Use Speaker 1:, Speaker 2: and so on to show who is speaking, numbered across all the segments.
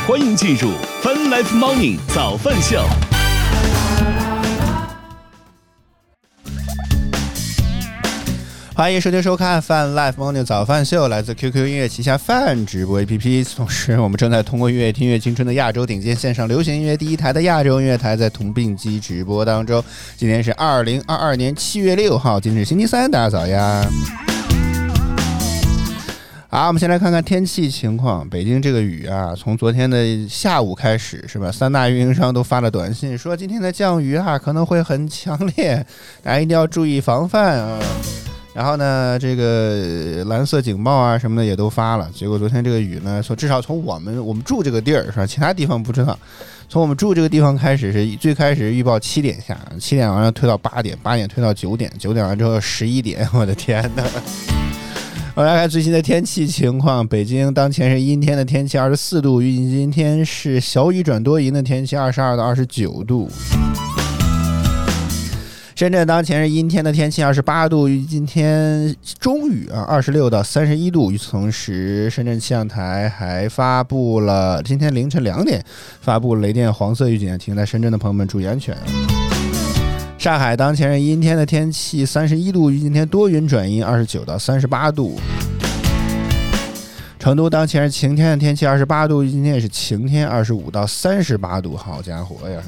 Speaker 1: 欢迎进入 Fun Life Morning 早饭秀。
Speaker 2: 欢迎收听收看 Fun Life Morning 早饭秀，来自 QQ 音乐旗下 Fun 直播 APP。同时，我们正在通过音乐听乐青春的亚洲顶尖线上流行音乐第一台的亚洲音乐台，在同病机直播当中。今天是2022年7月6号，今日星期三，大家早呀！好，我们先来看看天气情况。北京这个雨啊，从昨天的下午开始，是吧？三大运营商都发了短信说，今天的降雨啊可能会很强烈，大家一定要注意防范啊。然后呢，这个蓝色警报啊什么的也都发了。结果昨天这个雨呢，至少从我们住这个地儿是吧？其他地方不知道。从我们住这个地方开始，是最开始预报7点下，7点完了推到8点，8点推到9点，9点完之后11点，我的天哪！我来看最新的天气情况。北京当前是阴天的天气，24度，预计今天是小雨转多云的天气，22到29度。深圳当前是阴天的天气，28度，预计今天中雨26到31度。与此同时，深圳气象台还发布了今天凌晨2点发布雷电黄色预警，提醒在深圳的朋友们注意安全。上海当前是阴天的天气，31度，预计今天多云转阴，29到38度。成都当前是晴天的天气，28度，预计今天也是晴天，25到38度。好家伙呀！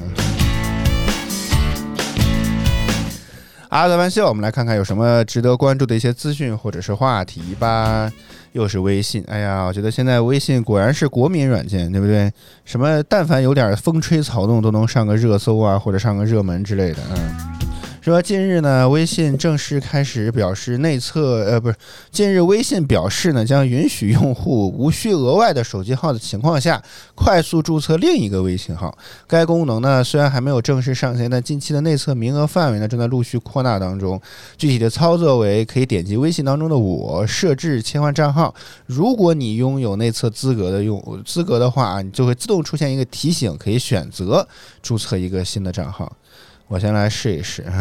Speaker 2: 早饭秀，我们来看看有什么值得关注的一些资讯或者是话题吧。又是微信，哎呀，我觉得现在微信果然是国民软件，对不对？什么但凡有点风吹草动都能上个热搜啊，或者上个热门之类的。说近日呢，微信正式开始表示近日微信表示呢，将允许用户无需额外的手机号的情况下，快速注册另一个微信号。该功能呢，虽然还没有正式上线，但近期的内测名额范围呢，正在陆续扩大当中。具体的操作为，可以点击微信当中的我，设置切换账号。如果你拥有内测资格的话，你就会自动出现一个提醒，可以选择注册一个新的账号。我先来试一试，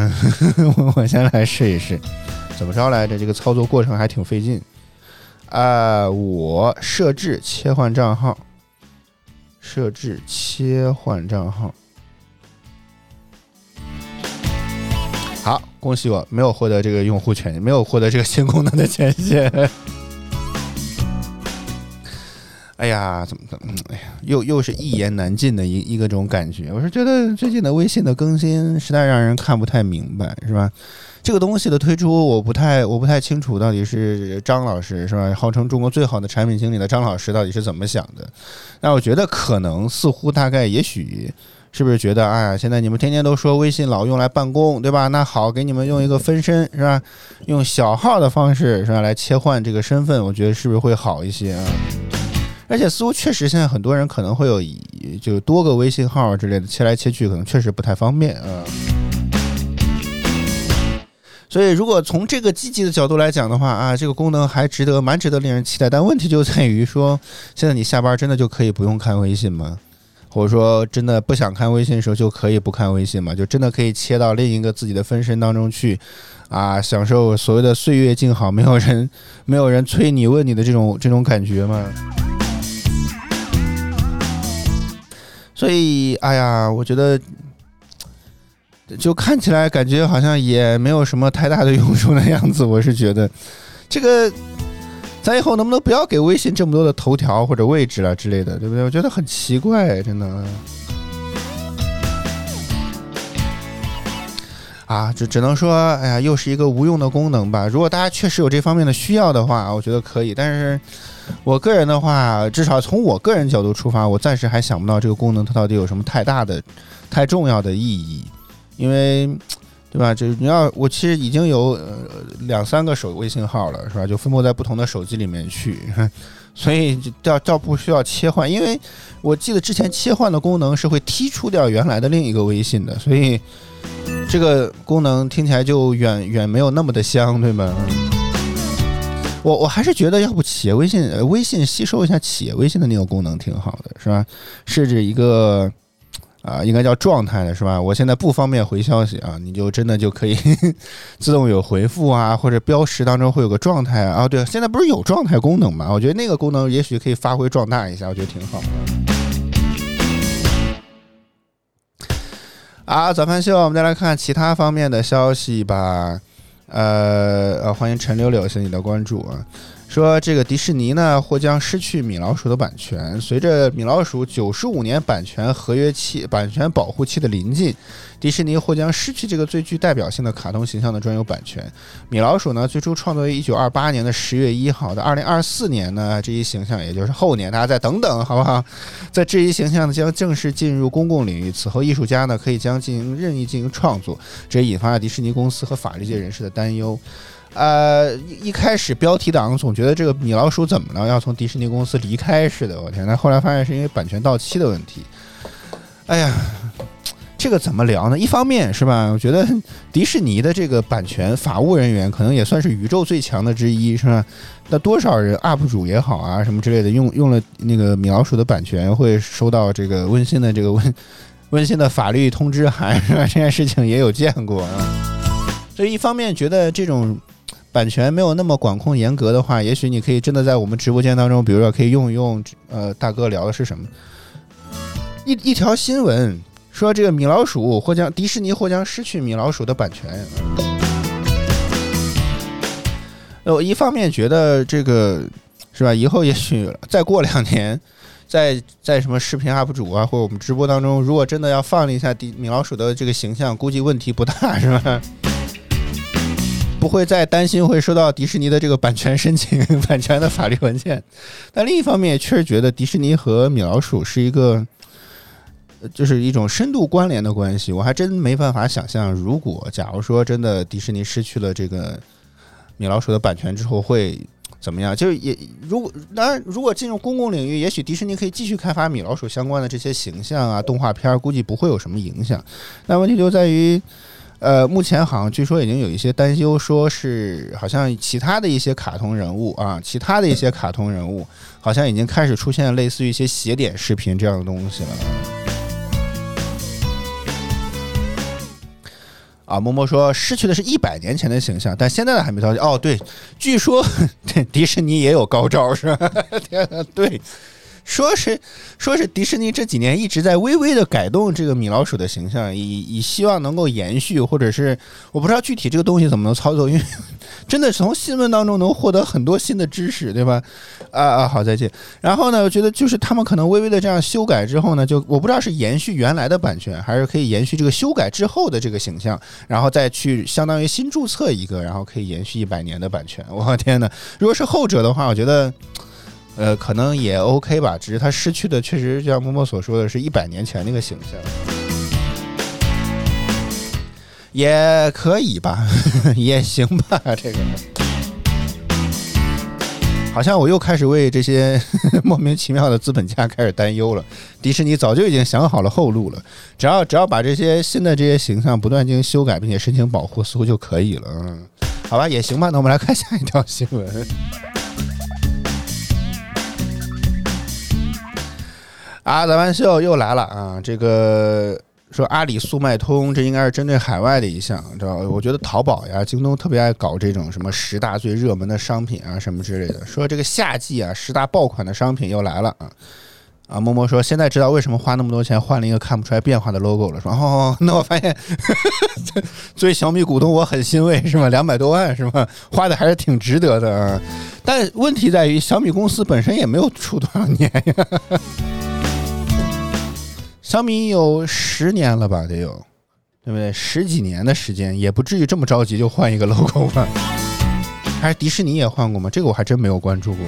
Speaker 2: 怎么着来着？这个操作过程还挺费劲我设置切换账号，好，恭喜我没有获得这个用户权，没有获得这个新功能的权限。哎呀，又是一言难尽的一个这种感觉。我是觉得最近的微信的更新实在让人看不太明白，是吧？这个东西的推出，我不太清楚到底是张老师，是吧？号称中国最好的产品经理的张老师到底是怎么想的？那我觉得可能似乎大概也许是不是觉得，哎呀，现在你们天天都说微信老用来办公，对吧？那好，给你们用一个分身，是吧？用小号的方式，是吧？来切换这个身份，我觉得是不是会好一些啊？而且似乎确实现在很多人可能会有就多个微信号之类的，切来切去可能确实不太方便啊。所以如果从这个积极的角度来讲的话这个功能还蛮值得令人期待。但问题就在于说，现在你下班真的就可以不用看微信吗？或者说真的不想看微信的时候就可以不看微信吗？就真的可以切到另一个自己的分身当中去享受所谓的岁月静好，没有人催你问你的这种感觉吗？所以我觉得就看起来感觉好像也没有什么太大的用处的样子。我是觉得这个咱以后能不能不要给微信这么多的头条或者位置了之类的，对不对？我觉得很奇怪，真的就只能说又是一个无用的功能吧。如果大家确实有这方面的需要的话，我觉得可以。但是我个人的话，至少从我个人角度出发，我暂时还想不到这个功能它到底有什么太重要的意义。因为对吧，就是我其实已经有2-3个微信号了，是吧？就分布在不同的手机里面去，所以倒不需要切换。因为我记得之前切换的功能是会剔除掉原来的另一个微信的，所以这个功能听起来就远没有那么的香，对吧？我还是觉得要不企业微信吸收一下企业微信的那个功能挺好的，是吧？设置一个应该叫状态的，是吧？我现在不方便回消息你就真的就可以自动有回复或者标识当中会有个状态对，现在不是有状态功能吗？我觉得那个功能也许可以发挥壮大一下，我觉得挺好的。 早饭秀，我们再来看其他方面的消息吧。欢迎陈柳柳，谢谢你的关注啊。说这个迪士尼呢或将失去米老鼠的版权，随着米老鼠95年版权保护期的临近，迪士尼或将失去这个最具代表性的卡通形象的专有版权。米老鼠呢最初创作于1928年的10月1号的2024年呢，这一形象也就是后年，大家再等等好不好？在这一形象呢将正式进入公共领域，此后艺术家呢可以任意进行创作，这也引发了迪士尼公司和法律界人士的担忧。一开始标题党总觉得这个米老鼠怎么了，要从迪士尼公司离开似的，我天！那后来发现是因为版权到期的问题。哎呀，这个怎么聊呢？一方面是吧，我觉得迪士尼的这个版权法务人员可能也算是宇宙最强的之一，是吧？那多少人 UP 主也好啊，什么之类的，用了那个米老鼠的版权，会收到这个温馨的法律通知函，是吧？这件事情也有见过啊。所以一方面觉得这种版权没有那么管控严格的话，也许你可以真的在我们直播间当中，比如说可以用一用。大哥聊的是什么？一条新闻说，这个米老鼠迪士尼或将失去米老鼠的版权。我一方面觉得这个是吧？以后也许再过2年，在什么视频 UP 主啊，或者我们直播当中，如果真的要放了一下米老鼠的这个形象，估计问题不大，是吧？不会再担心会收到迪士尼的这个版权申请、版权的法律文件。但另一方面也确实觉得迪士尼和米老鼠是就是一种深度关联的关系。我还真没办法想象，假如说真的迪士尼失去了这个米老鼠的版权之后会怎么样。就是当然如果进入公共领域，也许迪士尼可以继续开发米老鼠相关的这些形象啊、动画片，估计不会有什么影响。但问题就在于目前好像据说已经有一些担忧，说是好像其他的一些卡通人物好像已经开始出现类似于一些斜点视频这样的东西了。默默说失去的是100年前的形象，但现在的还没到。对，据说迪士尼也有高招，是吧？天哪，对。说是迪士尼这几年一直在微微的改动这个米老鼠的形象，以希望能够延续，或者是我不知道具体这个东西怎么能操作，因为真的从新闻当中能获得很多新的知识，对吧？好，再见。然后呢，我觉得就是他们可能微微的这样修改之后呢，就我不知道是延续原来的版权，还是可以延续这个修改之后的这个形象，然后再去相当于新注册一个，然后可以延续100年的版权。我天哪！如果是后者的话，我觉得。可能也 OK 吧，只是他失去的确实就像默默所说的是100年前那个形象，也可以吧，也行吧。这个好像我又开始为这些莫名其妙的资本家开始担忧了。迪士尼早就已经想好了后路了，只要把这些新的这些形象不断进行修改，并且申请保护，似乎就可以了。好吧，也行吧。那我们来看下一条新闻。咱们秀又来了啊！这个说阿里速卖通，这应该是针对海外的一项，知道？我觉得淘宝呀、京东特别爱搞这种什么10大最热门的商品啊，什么之类的。说这个夏季啊，10大爆款的商品又来了啊！默默说现在知道为什么花那么多钱换了一个看不出来变化的 logo 了，说那我发现作为小米股东我很欣慰，是吧？200多万是吧？花的还是挺值得的啊！但问题在于小米公司本身也没有出多少年呀。小米有10年了吧，得有，对不对？10几年的时间，也不至于这么着急就换一个 logo 吧？还是迪士尼也换过吗？这个我还真没有关注过。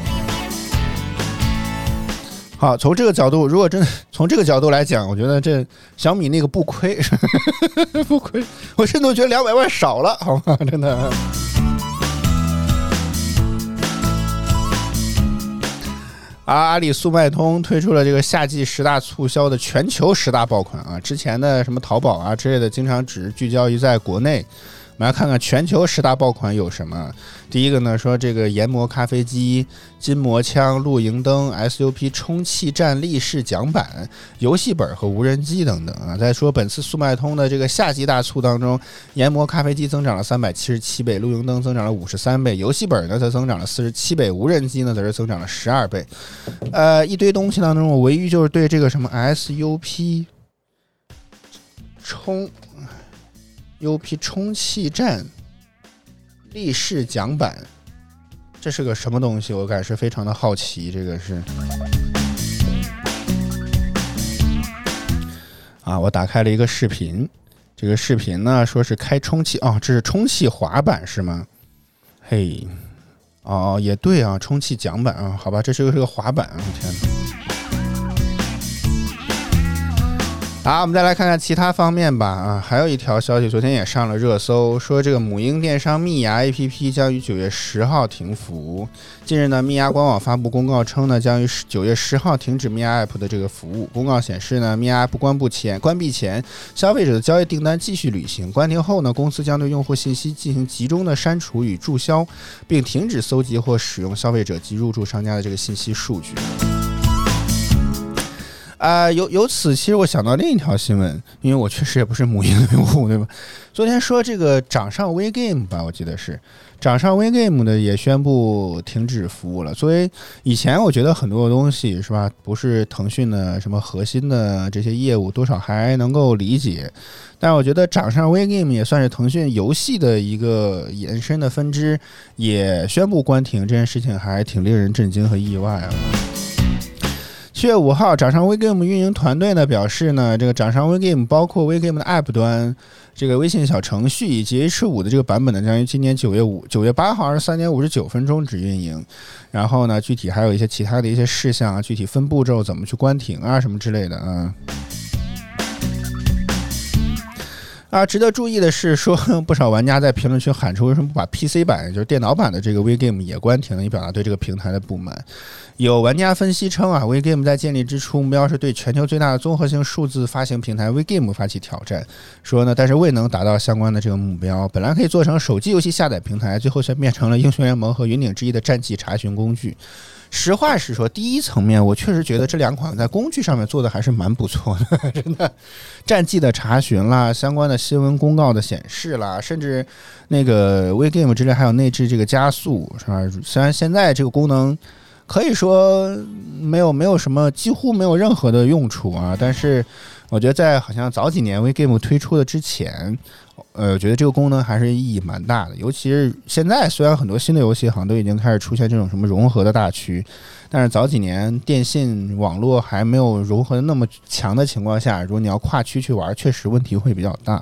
Speaker 2: 好，从这个角度，如果真的从这个角度来讲，我觉得这小米那个不亏，不亏，我甚至都觉得200万少了，好吗？真的。阿里速卖通推出了这个夏季10大促销的全球10大爆款啊！之前的什么淘宝啊之类的，经常只聚焦于在国内。我们来看看全球10大爆款有什么。第一个呢，说这个研磨咖啡机、筋膜枪、露营灯、SUP 充气站立式桨板、游戏本和无人机等等啊。再说本次速卖通的这个夏季大促当中，研磨咖啡机增长了377倍，露营灯增长了53倍，游戏本呢则增长了47倍，无人机呢则是增长了12倍。一堆东西当中，我唯一就是对这个什么 SUP 充气站立式桨板，这是个什么东西？我感觉非常的好奇。这个是啊，我打开了一个视频，这个视频呢说是开充气这是充气滑板是吗？嘿，也对啊，充气桨板啊，好吧，这是个滑板啊，天哪！好，我们再来看看其他方面吧还有一条消息，昨天也上了热搜，说这个母婴电商蜜芽 APP 将于9月10号停服。近日呢，蜜芽官网发布公告称呢，将于9月10号停止蜜芽 App 的这个服务。公告显示呢，蜜芽 App 关闭前，消费者的交易订单继续履行；关停后呢，公司将对用户信息进行集中的删除与注销，并停止搜集或使用消费者及入驻商家的这个信息数据。由此，其实我想到另一条新闻，因为我确实也不是母婴用户，对吧？昨天说这个掌上 WeGame 吧，我记得是掌上 WeGame 的也宣布停止服务了。作为以前我觉得很多东西是吧，不是腾讯的什么核心的这些业务，多少还能够理解。但是我觉得掌上 WeGame 也算是腾讯游戏的一个延伸的分支，也宣布关停，这件事情还挺令人震惊和意外啊。7月5号，掌上 WeGame 运营团队呢表示呢，这个掌上 WeGame 包括 WeGame 的 App 端、这个微信小程序以及 H5 的这个版本呢，将于今年9月8号23点59分钟止运营。然后呢，具体还有一些其他的一些事项具体分步骤怎么去关停什么之类的值得注意的是，说不少玩家在评论区喊出为什么不把 PC 版，也就是电脑版的这个 WeGame 也关停了，以表达对这个平台的不满。有玩家分析称WeGame 在建立之初目标是对全球最大的综合性数字发行平台 WeGame 发起挑战，说呢，但是未能达到相关的这个目标。本来可以做成手机游戏下载平台，最后却变成了英雄联盟和云顶之弈的战绩查询工具。实话实说，第一层面我确实觉得这两款在工具上面做的还是蛮不错的，真的，战绩的查询啦，相关的新闻公告的显示啦，甚至那个 WeGame 之类还有内置这个加速，是吧？虽然现在这个功能可以说没有什么，几乎没有任何的用处但是我觉得在好像早几年 WeGame 推出的之前，我觉得这个功能还是意义蛮大的。尤其是现在，虽然很多新的游戏好像都已经开始出现这种什么融合的大区，但是早几年电信网络还没有融合的那么强的情况下，如果你要跨区去玩，确实问题会比较大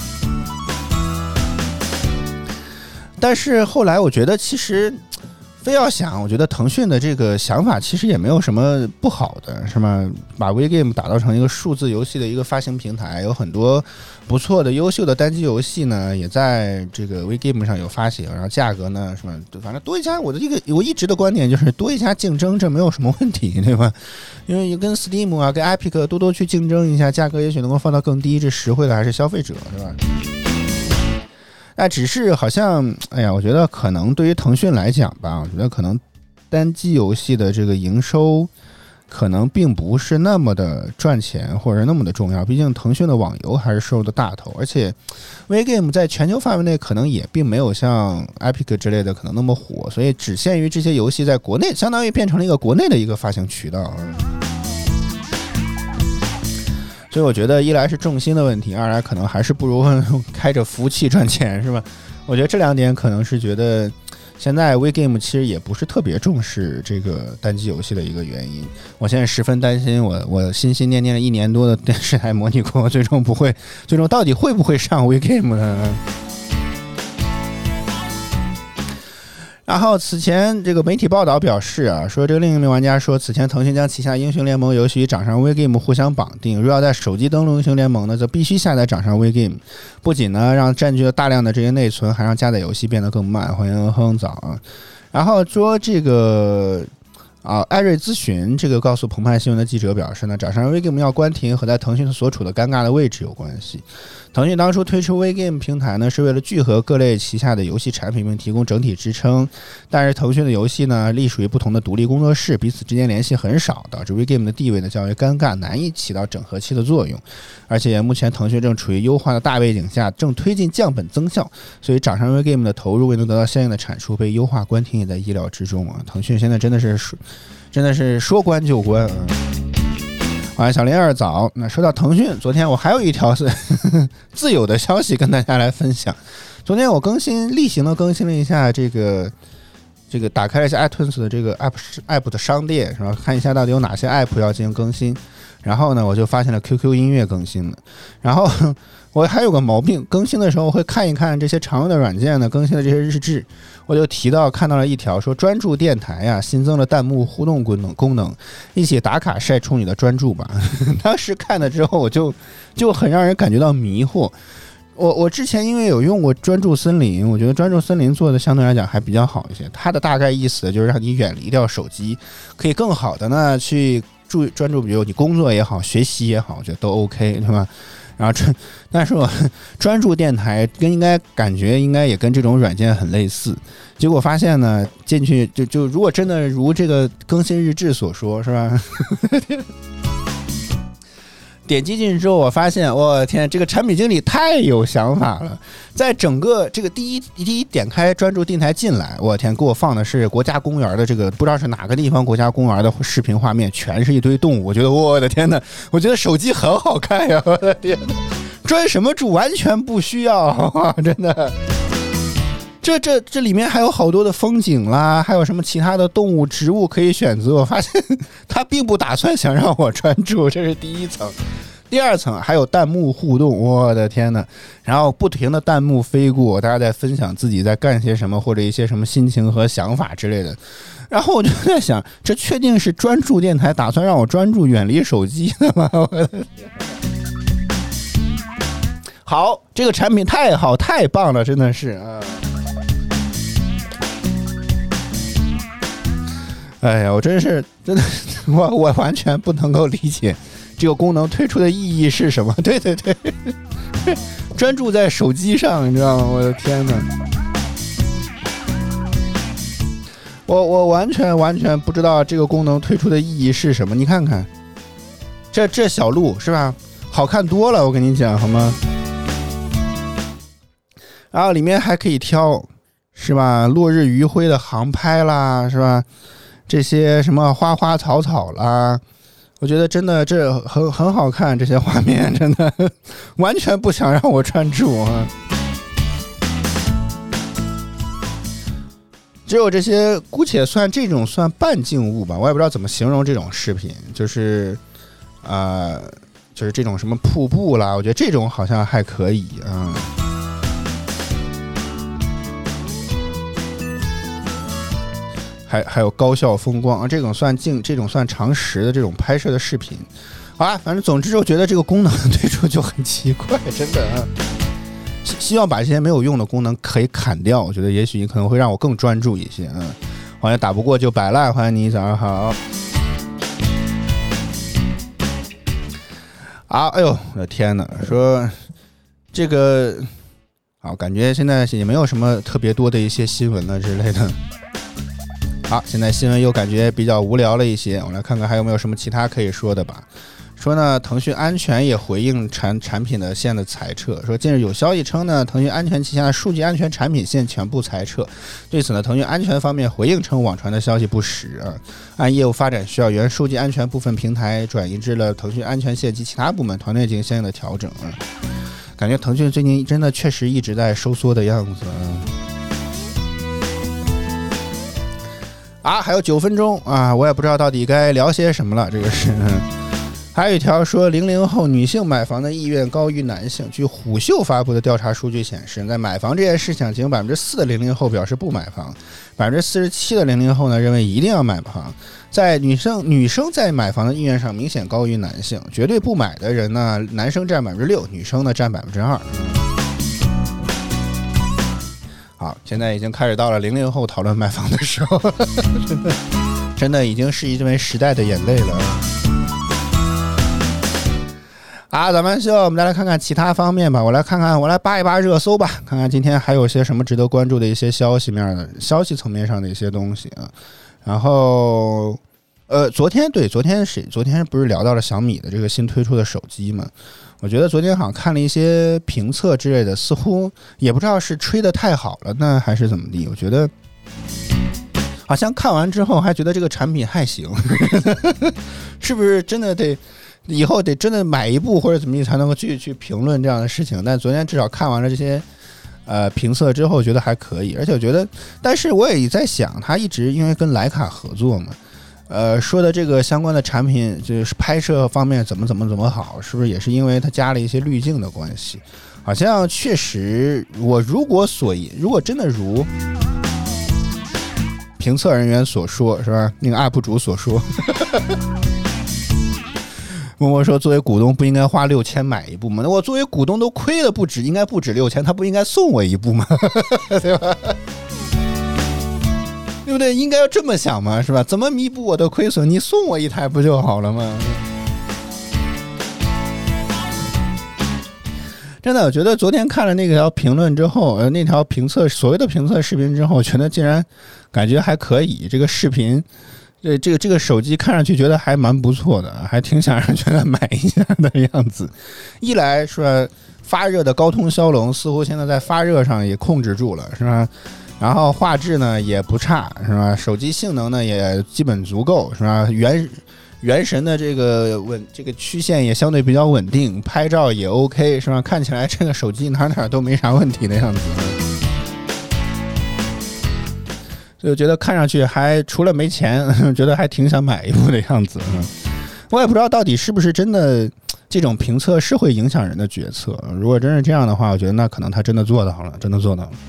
Speaker 2: 但是后来我觉得其实非要想，我觉得腾讯的这个想法其实也没有什么不好的，是吗？把 WeGame 打造成一个数字游戏的一个发行平台，有很多不错的优秀的单机游戏呢，也在这个 WeGame 上有发行，然后价格呢什么，反正多一家，我一直的观点就是多一家竞争，这没有什么问题，对吧？因为跟 Steam 跟 Epic 多去竞争一下，价格也许能够放到更低，这实惠的还是消费者，是吧？那只是好像，我觉得可能对于腾讯来讲吧，我觉得可能单机游戏的这个营收可能并不是那么的赚钱或者那么的重要，毕竟腾讯的网游还是收的大头，而且 WeGame 在全球范围内可能也并没有像 Epic 之类的可能那么火，所以只限于这些游戏在国内，相当于变成了一个国内的一个发行渠道。所以我觉得一来是重心的问题，二来可能还是不如开着服务器赚钱，是吧？我觉得这两点可能是觉得现在 WeGame 其实也不是特别重视这个单机游戏的一个原因。我现在十分担心我心心念念了1年多的电视台模拟国最终到底会不会上 WeGame 呢？然后此前这个媒体报道表示说这个另一名玩家说，此前腾讯将旗下英雄联盟游戏与掌上 WeGame 互相绑定，若要在手机登录英雄联盟呢，则必须下载掌上 WeGame， 不仅呢让占据了大量的这些内存，还让加载游戏变得更慢。欢迎哼早然后说这个艾瑞咨询这个告诉澎湃新闻的记者表示呢，掌上 WeGame 要关停和在腾讯所处的尴尬的位置有关系。腾讯当初推出 WeGame 平台呢，是为了聚合各类旗下的游戏产品并提供整体支撑，但是腾讯的游戏呢隶属于不同的独立工作室，彼此之间联系很少，导致 WeGame 的地位呢较为尴尬，难以起到整合器的作用。而且目前腾讯正处于优化的大背景下，正推进降本增效，所以掌上 WeGame 的投入未能得到相应的产出，被优化关停也在意料之中腾讯现在真的是说关就关晚小林二早。那说到腾讯，昨天我还有一条是自有的消息跟大家来分享。昨天我例行的更新了一下这个打开了一下 iTunes 的这个 app 的商店，然后看一下到底有哪些 app 要进行更新。然后呢，我就发现了 QQ 音乐更新了。然后我还有个毛病，更新的时候我会看一看这些常用的软件呢更新的这些日志。我就看到了一条说专注电台呀新增了弹幕互动功能，一起打卡晒出你的专注吧。当时看了之后我就很让人感觉到迷惑。我之前因为有用过专注森林，我觉得专注森林做的相对来讲还比较好一些。它的大概意思就是让你远离掉手机，可以更好的呢去专注，比如你工作也好，学习也好，我觉得都 OK， 对吧？然后但是我专注电台感觉应该也跟这种软件很类似。结果发现呢，进去就如果真的如这个更新日志所说，是吧？点击进去之后，我发现，我天，这个产品经理太有想法了。在整个这个第一点开专注电台进来，我天，给我放的是国家公园的这个不知道是哪个地方国家公园的视频画面，全是一堆动物。我觉得我的天哪，我觉得手机很好看呀！我的天哪，专什么注完全不需要，真的。这里面还有好多的风景啦，还有什么其他的动物、植物可以选择。我发现他并不打算想让我专注，这是第一层。第二层还有弹幕互动，我的天哪！然后不停的弹幕飞过，大家在分享自己在干些什么，或者一些什么心情和想法之类的。然后我就在想，这确定是专注电台打算让我专注远离手机的吗？我的天！好，这个产品太好太棒了，真的是啊！哎呀，我真的我完全不能够理解这个功能推出的意义是什么。对对对，专注在手机上，你知道吗？我的天哪，我完全不知道这个功能推出的意义是什么。你看看这小路是吧，好看多了，我跟你讲好吗？然后里面还可以挑是吧，落日余晖的航拍啦，是吧，这些什么花花草草啦，我觉得真的这很好看，这些画面真的完全不想让我专注啊。只有这些姑且算这种算半静物吧，我也不知道怎么形容这种视频，就是这种什么瀑布啦，我觉得这种好像还可以啊。还有高效风光啊，这种算长时的这种拍摄的视频。好啦，反正总之我觉得这个功能推出就很奇怪，真的啊。希望把这些没有用的功能可以砍掉，我觉得也许可能会让我更专注一些。好像打不过就摆烂，欢迎你，早上好。啊，哎呦，我的天哪！说这个好，感觉现在也没有什么特别多的一些新闻了之类的。好，现在新闻又感觉比较无聊了一些，我来看看还有没有什么其他可以说的吧。说呢，腾讯安全也回应产品的线的裁撤。说近日有消息称呢，腾讯安全旗下的数据安全产品线全部裁撤。对此呢，腾讯安全方面回应称网传的消息不实啊。按业务发展需要，原数据安全部分平台转移至了腾讯安全线及其他部门团队进行相应的调整啊。感觉腾讯最近真的确实一直在收缩的样子啊。还有9分钟啊，我也不知道到底该聊些什么了。这个是，还有一条说00后女性买房的意愿高于男性。据虎嗅发布的调查数据显示，在买房这件事情，仅有4%的00后表示不买房，47%的00后呢认为一定要买房。在女生在买房的意愿上明显高于男性，绝对不买的人呢，男生占6%，女生呢占2%。好，现在已经开始到了00后讨论买房的时候，真的已经是一枚时代的眼泪了啊！咱们我们再来看看其他方面吧。我来扒一扒热搜吧，看看今天还有些什么值得关注的一些消息层面上的一些东西啊。然后昨天不是聊到了小米的这个新推出的手机吗？我觉得昨天好像看了一些评测之类的，似乎也不知道是吹得太好了呢还是怎么地。我觉得好像看完之后还觉得这个产品还行是不是真的得以后得真的买一部或者怎么才能够去评论这样的事情。但昨天至少看完了这些评测之后，觉得还可以，而且我觉得，但是我也在想，他一直因为跟徕卡合作嘛，说的这个相关的产品就是拍摄方面怎么好，是不是也是因为他加了一些滤镜的关系？好像确实，我如果真的如评测人员所说，是吧？那个 UP 主所说。默默说，作为股东不应该花6000买一部吗？那我作为股东都亏了应该不止6000，他不应该送我一部吗？对吧？对不对？应该要这么想嘛，是吧？怎么弥补我的亏损？你送我一台不就好了吗？真的，我觉得昨天看了那条评论之后，那条所谓的评测视频之后，我觉得竟然感觉还可以。这个视频。这个手机看上去觉得还蛮不错的，还挺想让觉得买一下的样子。一来说发热的高通骁龙似乎现在在发热上也控制住了，是吧？然后画质呢也不差，是吧？手机性能呢也基本足够，是吧？原神的这个曲线也相对比较稳定，拍照也 OK， 是吧？看起来这个手机哪都没啥问题的样子。所以我觉得看上去还除了没钱，觉得还挺想买一部的样子。我也不知道到底是不是真的这种评测是会影响人的决策。如果真是这样的话，我觉得那可能他真的做到了，真的做到了。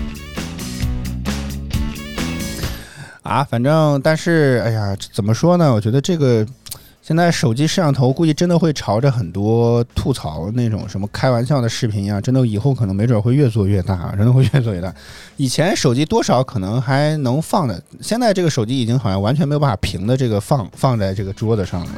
Speaker 2: 反正但是哎呀，怎么说呢？我觉得这个现在手机摄像头估计真的会朝着很多吐槽那种什么开玩笑的视频啊，真的以后可能没准会越做越大，真的会越做越大。以前手机多少可能还能放的，现在这个手机已经好像完全没有办法平的这个放在这个桌子上了。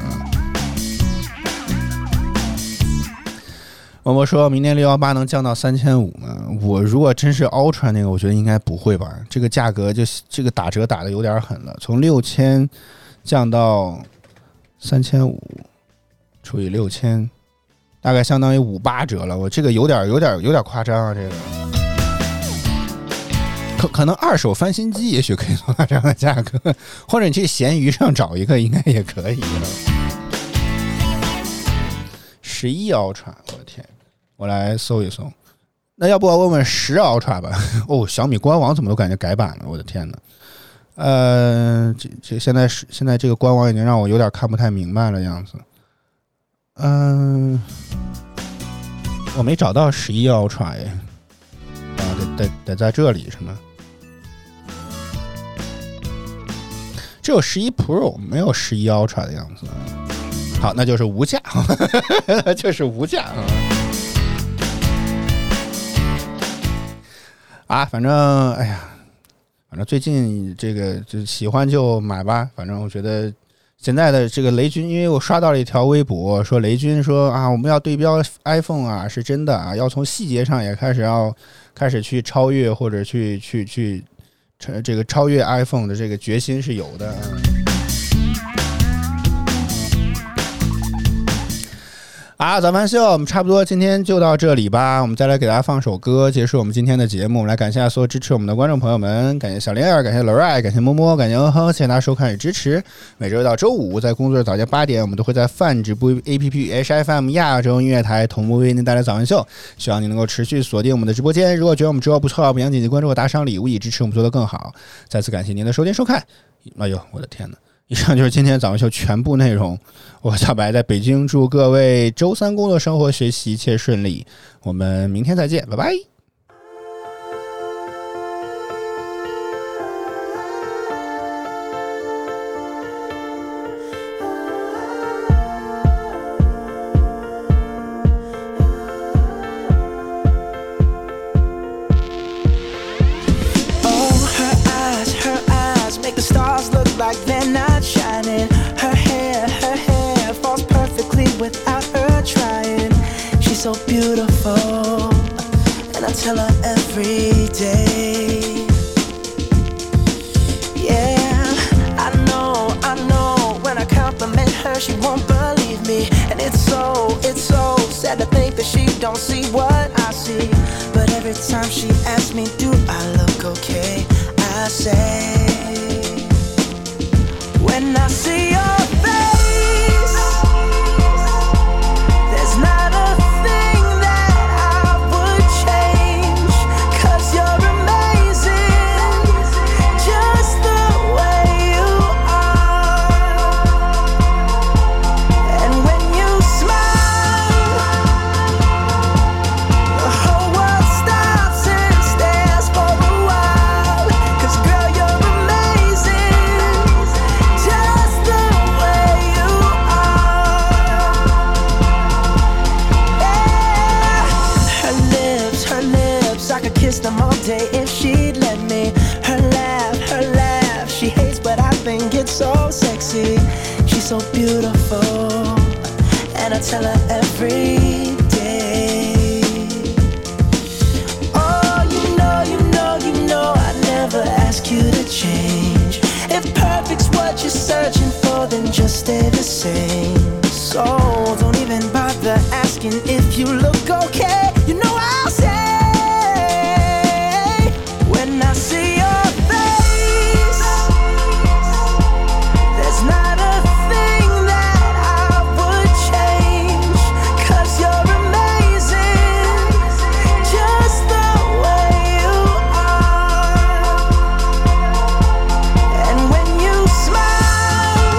Speaker 2: 我说明年618能降到3500吗？我如果真是 Ultra 那个，我觉得应该不会吧。这个价格就这个打折打的有点狠了，从6000降到3500除以6000，大概相当于58折了。我这个有点夸张啊，这个可能二手翻新机也许可以做到这样的价格，或者你去闲鱼上找一个应该也可以。11 Ultra， 我的天，我来搜一搜。那要不我问问10 Ultra 吧？小米官网怎么都感觉改版了，我的天哪！现在这个官网已经让我有点看不太明白了样子。我没找到11 Ultra 哎，得在这里是吗？只有11 Pro 没有11 Ultra 的样子。好，那就是无价，就是无价反正哎呀。反正最近这个就喜欢就买吧，反正我觉得现在的这个雷军，因为我刷到了一条微博，说雷军说我们要对标 iPhone 是真的要从细节上也开始去超越或者去这个超越 iPhone 的这个决心是有的。早饭秀我们差不多今天就到这里吧，我们再来给大家放首歌结束我们今天的节目。我们来感谢所有支持我们的观众朋友们，感谢小莲儿，感谢 Lori， 感谢摸摸，感谢谢谢大家收看与支持。每周一到周五在工作日早间8点，我们都会在泛直播 APP HFM 亚洲音乐台同步为您带来早饭秀，希望您能够持续锁定我们的直播间。如果觉得我们直播不错，不要紧急关注和打赏礼物以支持我们做得更好。再次感谢您的收听收看。哎呦我的天哪，以上就是今天早上秀全部内容。我小白在北京，祝各位周三工作生活学习一切顺利，我们明天再见，拜拜。
Speaker 3: So beautiful, and I tell her every day. Yeah, I know, when I compliment her, she won't believe me. And it's so sad to think that she don't see what I see. But every time she asks me, do I look okay? I say, when I see your face, day if she'd let me. Her laugh, she hates but I think it's so sexy. She's so beautiful, and I tell her every day. Oh, you know, I never ask you to change. If perfect's what you're searching for, then just stay the same. So don't even bother asking if you look okay. You know I'll say, when I see your face, there's not a thing that I would change. 'Cause you're amazing, just the way you are. And when you smile,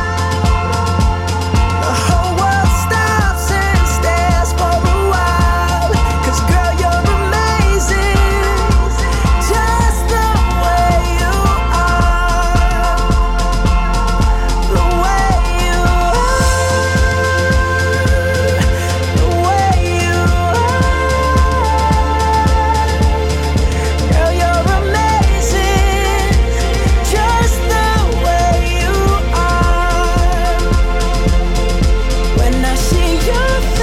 Speaker 3: the whole world stops and stares for a while. 'Cause girl, you're amazing, just the way you are. The way you are. The way you are. Girl, you're amazing, just the way you are. When I see your face,